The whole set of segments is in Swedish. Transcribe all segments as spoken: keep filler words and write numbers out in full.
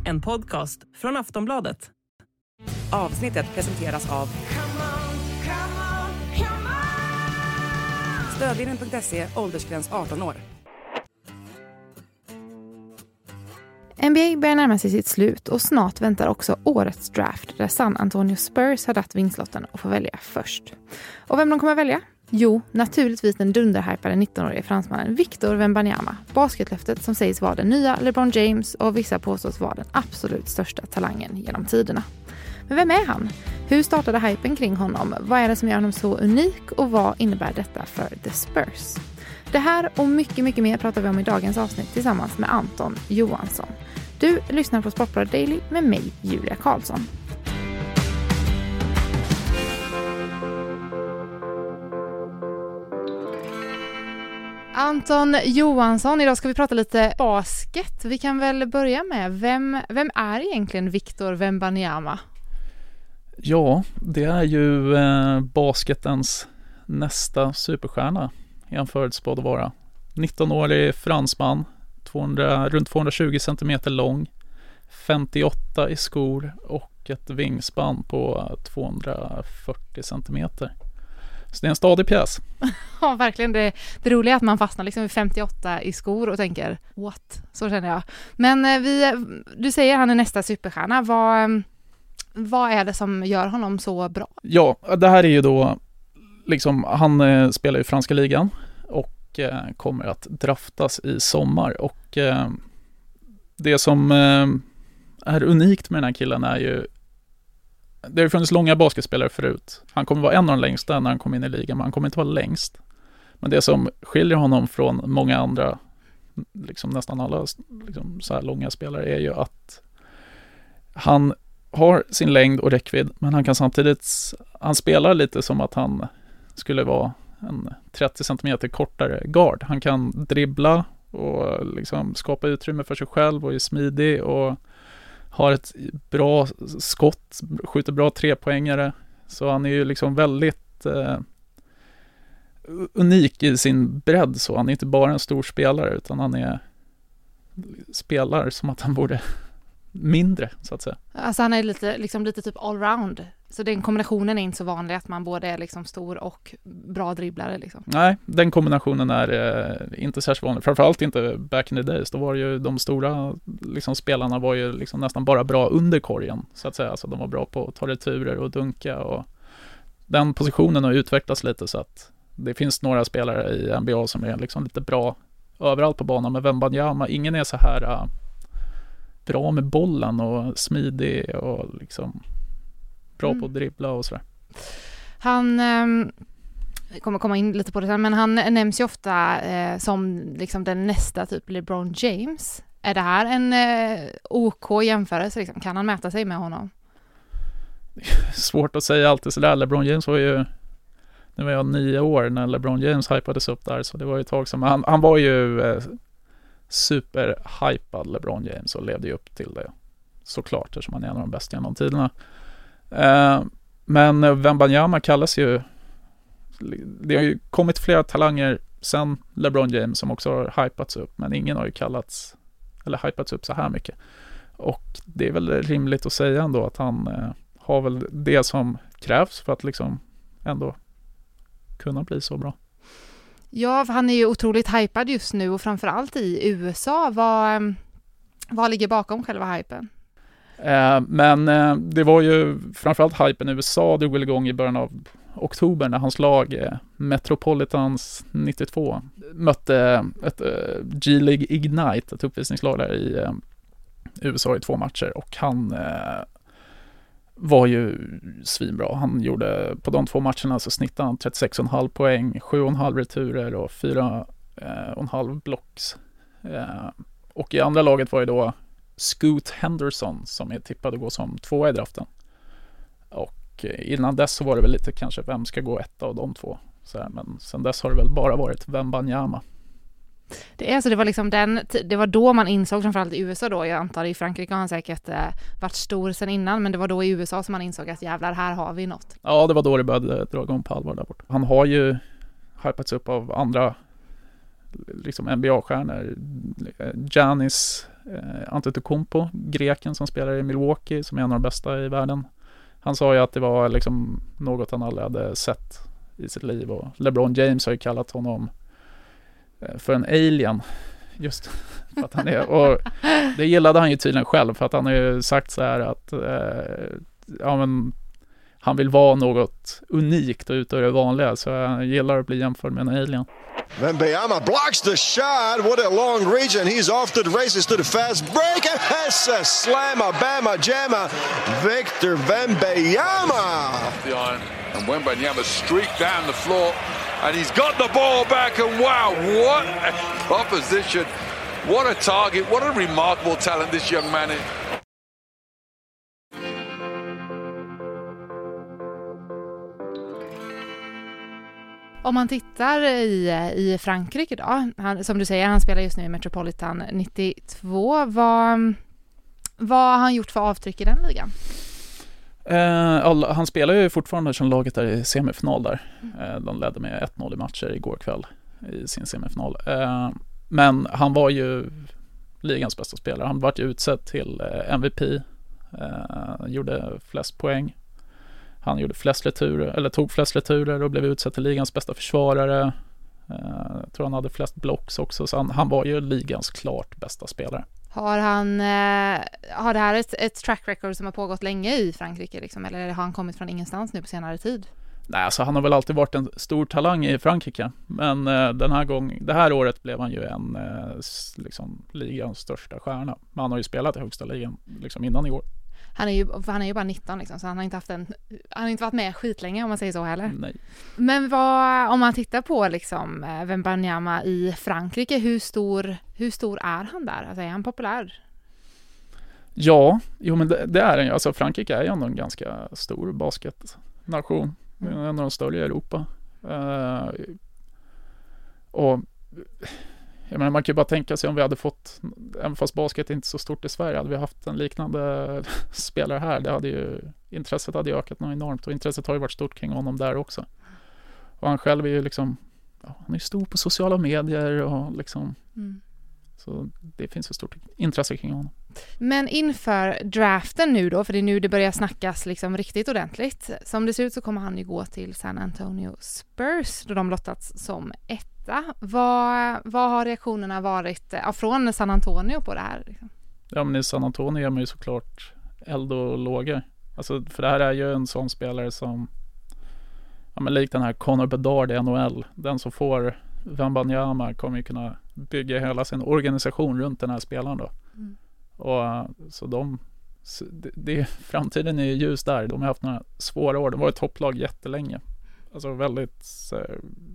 en podcast från Aftonbladet. Avsnittet presenteras av Stödlinjen punkt se, åldersgräns arton år. N B A börjar närma sig sitt slut och snart väntar också årets draft där San Antonio Spurs har dratt vinstlotten och får välja först. Och vem de kommer välja? Jo, naturligtvis den dunderhypade nittonårige fransmannen Victor Wembanyama, basketlöftet som sägs vara den nya LeBron James och vissa påstås vara den absolut största talangen genom tiderna. Men vem är han? Hur startade hypen kring honom? Vad är det som gör honom så unik och vad innebär detta för The Spurs? Det här och mycket, mycket mer pratar vi om i dagens avsnitt tillsammans med Anton Johansson. Du lyssnar på Sportbladet Daily med mig, Julia Karlsson. Anton Johansson, idag ska vi prata lite basket. Vi kan väl börja med, vem, vem är egentligen Victor Wembanyama? Ja, det är ju eh, basketens nästa superstjärna i en förutspådd att vara. nittonårig fransman, tvåhundra, runt tvåhundratjugo centimeter lång, femtioåtta i skor och ett vingspann på tvåhundrafyrtio centimeter. Så det är en stadig pjäs. Ja, verkligen. Det, det roliga är att man fastnar liksom vid femtioåtta i skor och tänker, what? Så känner jag. Men vi, du säger att han är nästa superstjärna. Vad, vad är det som gör honom så bra? Ja, det här är ju då liksom, han eh, spelar i franska ligan och eh, kommer att draftas i sommar. Och eh, det som eh, är unikt med den här killen är ju, det har ju funnits långa basketspelare förut. Han kommer vara en av de längsta när han kommer in i ligan, men han kommer inte vara längst. Men det som skiljer honom från många andra, liksom nästan alla liksom så här långa spelare, är ju att han har sin längd och räckvidd, men han kan samtidigt, han spelar lite som att han skulle vara en trettio centimeter kortare guard. Han kan dribbla och liksom skapa utrymme för sig själv och är smidig och har ett bra skott, skjuter bra trepoängare. Så han är ju liksom väldigt eh, unik i sin bredd. Så han är inte bara en stor spelare, utan han är spelar som att han borde mindre, så att säga. Alltså han är lite, liksom lite typ allround. Så den kombinationen är inte så vanlig, att man både är liksom stor och bra dribblare liksom. Nej, den kombinationen är eh, inte särskilt vanlig. Framförallt inte back in the days. Då var ju de stora liksom, spelarna var ju liksom nästan bara bra under korgen, så att säga. Alltså de var bra på att ta returer och dunka, och den positionen har utvecklats lite, så att det finns några spelare i N B A som är liksom lite bra överallt på banan. Men Wembanyama, ingen är så här uh, bra med bollen och smidig och liksom bra mm. på att dribbla och sådär. Han eh, kommer komma in lite på det här, men han nämns ju ofta eh, som liksom den nästa typ LeBron James. Är det här en eh, OK jämförelse? Liksom? Kan han mäta sig med honom? Svårt att säga alltid sådär. LeBron James var ju, nu var jag nio år när LeBron James hypades upp där, så det var ju ett tag som, han, han var ju eh, superhypad LeBron James och levde ju upp till det, såklart, eftersom han är en av de bästa genom tiderna. Uh, men Wembanyama kallas ju, det har ju kommit flera talanger sen LeBron James som också har hypats upp, men ingen har ju kallats eller hypats upp så här mycket, och det är väl rimligt att säga ändå att han uh, har väl det som krävs för att liksom ändå kunna bli så bra. Ja, för han är ju otroligt hypad just nu, och framförallt i U S A. Vad, vad ligger bakom själva hypen? Eh, men eh, det var ju framförallt hypen i U S A drog väl igång i början av oktober när hans lag eh, Metropolitans nittiotvå mötte ett eh, G-League Ignite, ett uppvisningslag där i eh, U S A i två matcher, och han eh, var ju svinbra. Han gjorde på de två matcherna så snittade han trettiosex komma fem poäng, sju komma fem returer och fyra komma fem blocks. Eh, och i andra laget var ju då Scoot Henderson som är tippad att gå som tvåa i draften. Och innan dess så var det väl lite kanske vem ska gå etta av de två. Så här, men sen dess har det väl bara varit Wembanyama. Det, är, så det, var liksom den, det var då man insåg, framförallt i U S A då, jag antar i Frankrike har han säkert eh, varit stor sen innan, men det var då i U S A som man insåg att jävlar, här har vi något. Ja, det var då det började dra igång på allvar där borta. Han har ju hypats upp av andra liksom N B A-stjärnor. Giannis eh, Antetokounmpo, greken som spelar i Milwaukee, som är en av de bästa i världen. Han sa ju att det var liksom något han aldrig hade sett i sitt liv, och LeBron James har ju kallat honom eh, för en alien, just för att han är, och det gillade han ju tydligen själv, för att han har ju sagt så här att eh, ja, men han vill vara något unikt och utöver det vanliga, så jag gillar att bli jämförd med en alien. Wembanyama blocks the shot. What a long reach, and he's off to the races to the fast break. That's a slammer, bama, jammer. Victor Wembanyama. The iron, and Wembanyama streaked down the floor, and he's got the ball back, and wow, what a opposition. What a target, what a remarkable talent this young man is. Om man tittar i, i Frankrike då, han, som du säger, han spelar just nu i Metropolitan nittiotvå. Vad, vad har han gjort för avtryck i den ligan? Eh, alla, han spelar ju fortfarande som laget där i semifinal där. Eh, de ledde med ett noll i matcher igår kväll i sin semifinal. Eh, men han var ju ligans bästa spelare. Han var ju utsedd till eh, M V P. Eh, gjorde flest poäng. Han gjorde flest returer, eller tog flest returer och blev utsedd till ligans bästa försvarare. Uh, jag tror han hade flest blocks också, så han, han var ju ligans klart bästa spelare. Har han eh, har det här ett, ett track record som har pågått länge i Frankrike liksom, eller har han kommit från ingenstans nu på senare tid? Nej, alltså han har väl alltid varit en stor talang i Frankrike, men uh, den här gången, det här året blev han ju en uh, liksom ligans största stjärna. Men han har ju spelat i högsta ligan liksom innan i år. Han är ju, han är ju bara nitton liksom, så han har inte haft en, han har inte varit med skitlänge om man säger så heller. Nej. Men vad, om man tittar på liksom Wembanyama i Frankrike, hur stor, hur stor är han där? Alltså är han populär? Ja, jo men det, det är han ju. Alltså Frankrike är ju ändå en ganska stor basketnation. Mm. En av de större i Europa. Uh, och jag menar, man kan ju bara tänka sig om vi hade fått, även fast basket är inte så stort i Sverige, hade vi haft en liknande spelare här, det hade ju, intresset hade ju ökat något enormt, och intresset har ju varit stort kring honom där också. Och han själv är ju liksom, ja, han är stor på sociala medier och liksom, mm. så det finns ett stort intresse kring honom. Men inför draften nu då, för det är nu det börjar snackas liksom riktigt ordentligt, som det ser ut så kommer han ju gå till San Antonio Spurs då de lottats som ett. Vad, vad har reaktionerna varit ja, från San Antonio på det här? Liksom? Ja, men i San Antonio är man ju såklart eld och lågor. Alltså, för det här är ju en sån spelare som, ja, men likt den här Connor Bedard i N H L. Den som får Wembanyama kommer ju kunna bygga hela sin organisation runt den här spelaren då. Mm. Och så de, så det, det, framtiden är ju ljus där. De har haft några svåra år. De var ett topplag jättelänge. Alltså väldigt eh,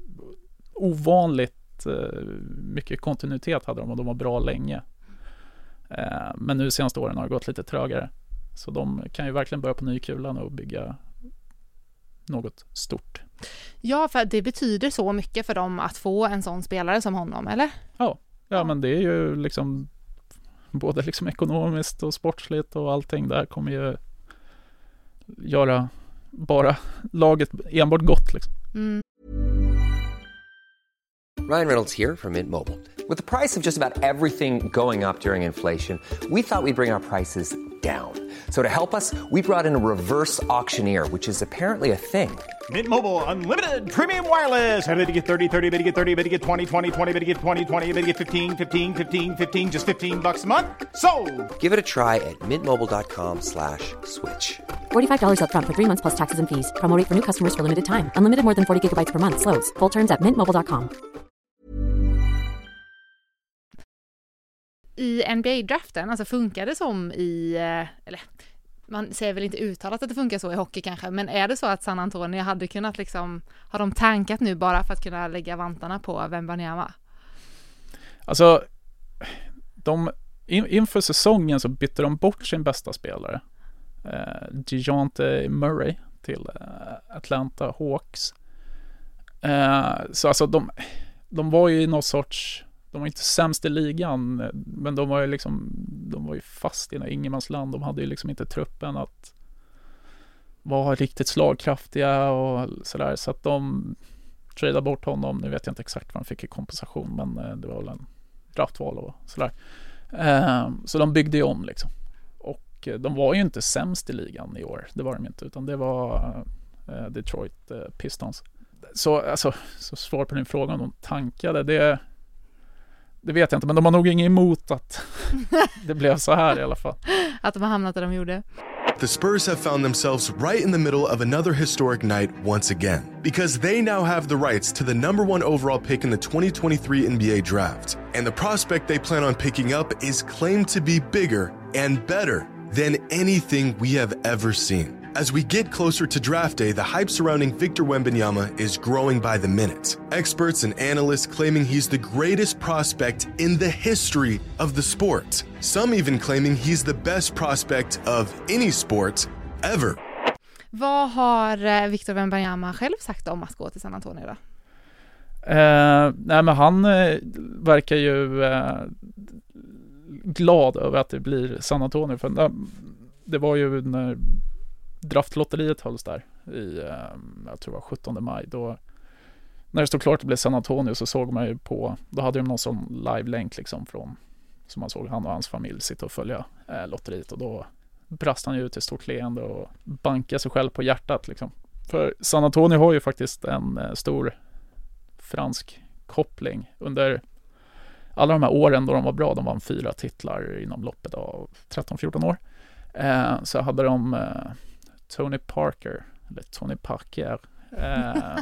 ovanligt eh, mycket kontinuitet hade de, och de var bra länge. Eh, men nu senaste åren har det gått lite trögare. Så de kan ju verkligen börja på nykulan och bygga något stort. Ja, för det betyder så mycket för dem att få en sån spelare som honom, eller? Ja, ja, men det är ju liksom både liksom ekonomiskt och sportsligt och allting där kommer ju göra bara laget enbart gott liksom. Mm. Ryan Reynolds here from Mint Mobile. With the price of just about everything going up during inflation, we thought we'd bring our prices down. So to help us, we brought in a reverse auctioneer, which is apparently a thing. Mint Mobile Unlimited Premium Wireless. How to get thirty, thirty, how to get thirty, how to get twenty, twenty, twenty, how to get twenty, twenty, how to get fifteen, fifteen, fifteen, fifteen, just fifteen bucks a month? Sold! Give it a try at mintmobile.com slash switch. forty-five dollars up front for three months plus taxes and fees. Promo rate for new customers for limited time. Unlimited more than forty gigabytes per month. Slows full terms at mint mobile dot com. I N B A-draften, alltså funkar det som i, eller man säger väl inte uttalat att det funkar så i hockey kanske, men är det så att San Antonio hade kunnat liksom, har de tankat nu bara för att kunna lägga vantarna på Wembanyama? Alltså, de, in, inför säsongen så bytte de bort sin bästa spelare, eh, DeJounte Murray, till eh, Atlanta Hawks. Eh, så alltså de, de var ju i någon sorts, de var inte sämst i ligan, men de var ju liksom, de var ju fast i ingenmansland. De hade ju liksom inte truppen att vara riktigt slagkraftiga och sådär, så att de tradade bort honom. Nu vet jag inte exakt vad de fick i kompensation, men det var väl en draftval och sådär. Eh, så de byggde ju om liksom. Och de var ju inte sämst i ligan i år. Det var de inte, utan det var eh, Detroit eh, Pistons. Så, alltså, så svar på din fråga om de tankade, det, det vet jag inte. Men de har nog inget emot att det blev så här i alla fall. Att de har hamnat där de gjorde. The Spurs have found themselves right in the middle of another historic night once again, because they now have the rights to the number one overall pick in the twenty twenty-three N B A draft. And the prospect they plan on picking up is claimed to be bigger and better than anything we have ever seen. As we get closer to draft day, the hype surrounding Victor Wembanyama is growing by the minute. Experts and analysts claiming he's the greatest prospect in the history of the sport. Some even claiming he's the best prospect of any sport ever. Vad har Victor Wembanyama själv sagt om att gå till San Antonio då? Eh, nej men han eh, verkar ju eh, glad över att det blir San Antonio. För eh, det var ju när draftlotteriet hölls där i, eh, jag tror det var sjuttonde maj, då när det stod klart att det blev San Antonio så såg man ju på, då hade de någon sån live-länk liksom från, som man såg han och hans familj sitta och följa eh, lotteriet, och då brast han ju ut i stort leende och bankade sig själv på hjärtat liksom. För San Antonio har ju faktiskt en eh, stor fransk koppling. Under alla de här åren då de var bra, de vann fyra titlar inom loppet av tretton fjorton år, eh, så hade de eh, Tony Parker, eller Tony Parker, eh,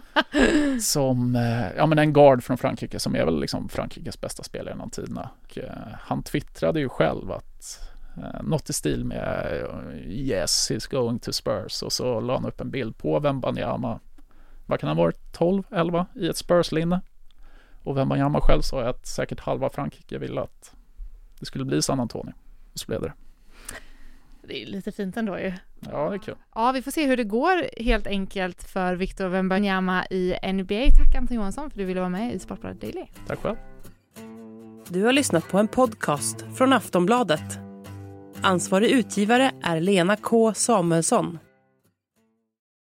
som eh, ja men en guard från Frankrike som är väl liksom Frankrikes bästa spelare genom tiderna. Och, eh, han twittrade ju själv att eh, något i stil med yes, he's going to Spurs, och så la han upp en bild på Wembanyama, vad kan han ha varit, tolv elva i ett Spurs-linne, och Wembanyama själv sa att säkert halva Frankrike ville att det skulle bli San Antonio, och så blev det. Det är lite fint ändå ju. Ja, det är kul. Ja, vi får se hur det går helt enkelt för Victor Wembanyama i N B A. Tack Anton Johansson för att du ville vara med i Sportbladet Daily. Tack själv. Du har lyssnat på en podcast från Aftonbladet. Ansvarig utgivare är Lena K. Samuelsson.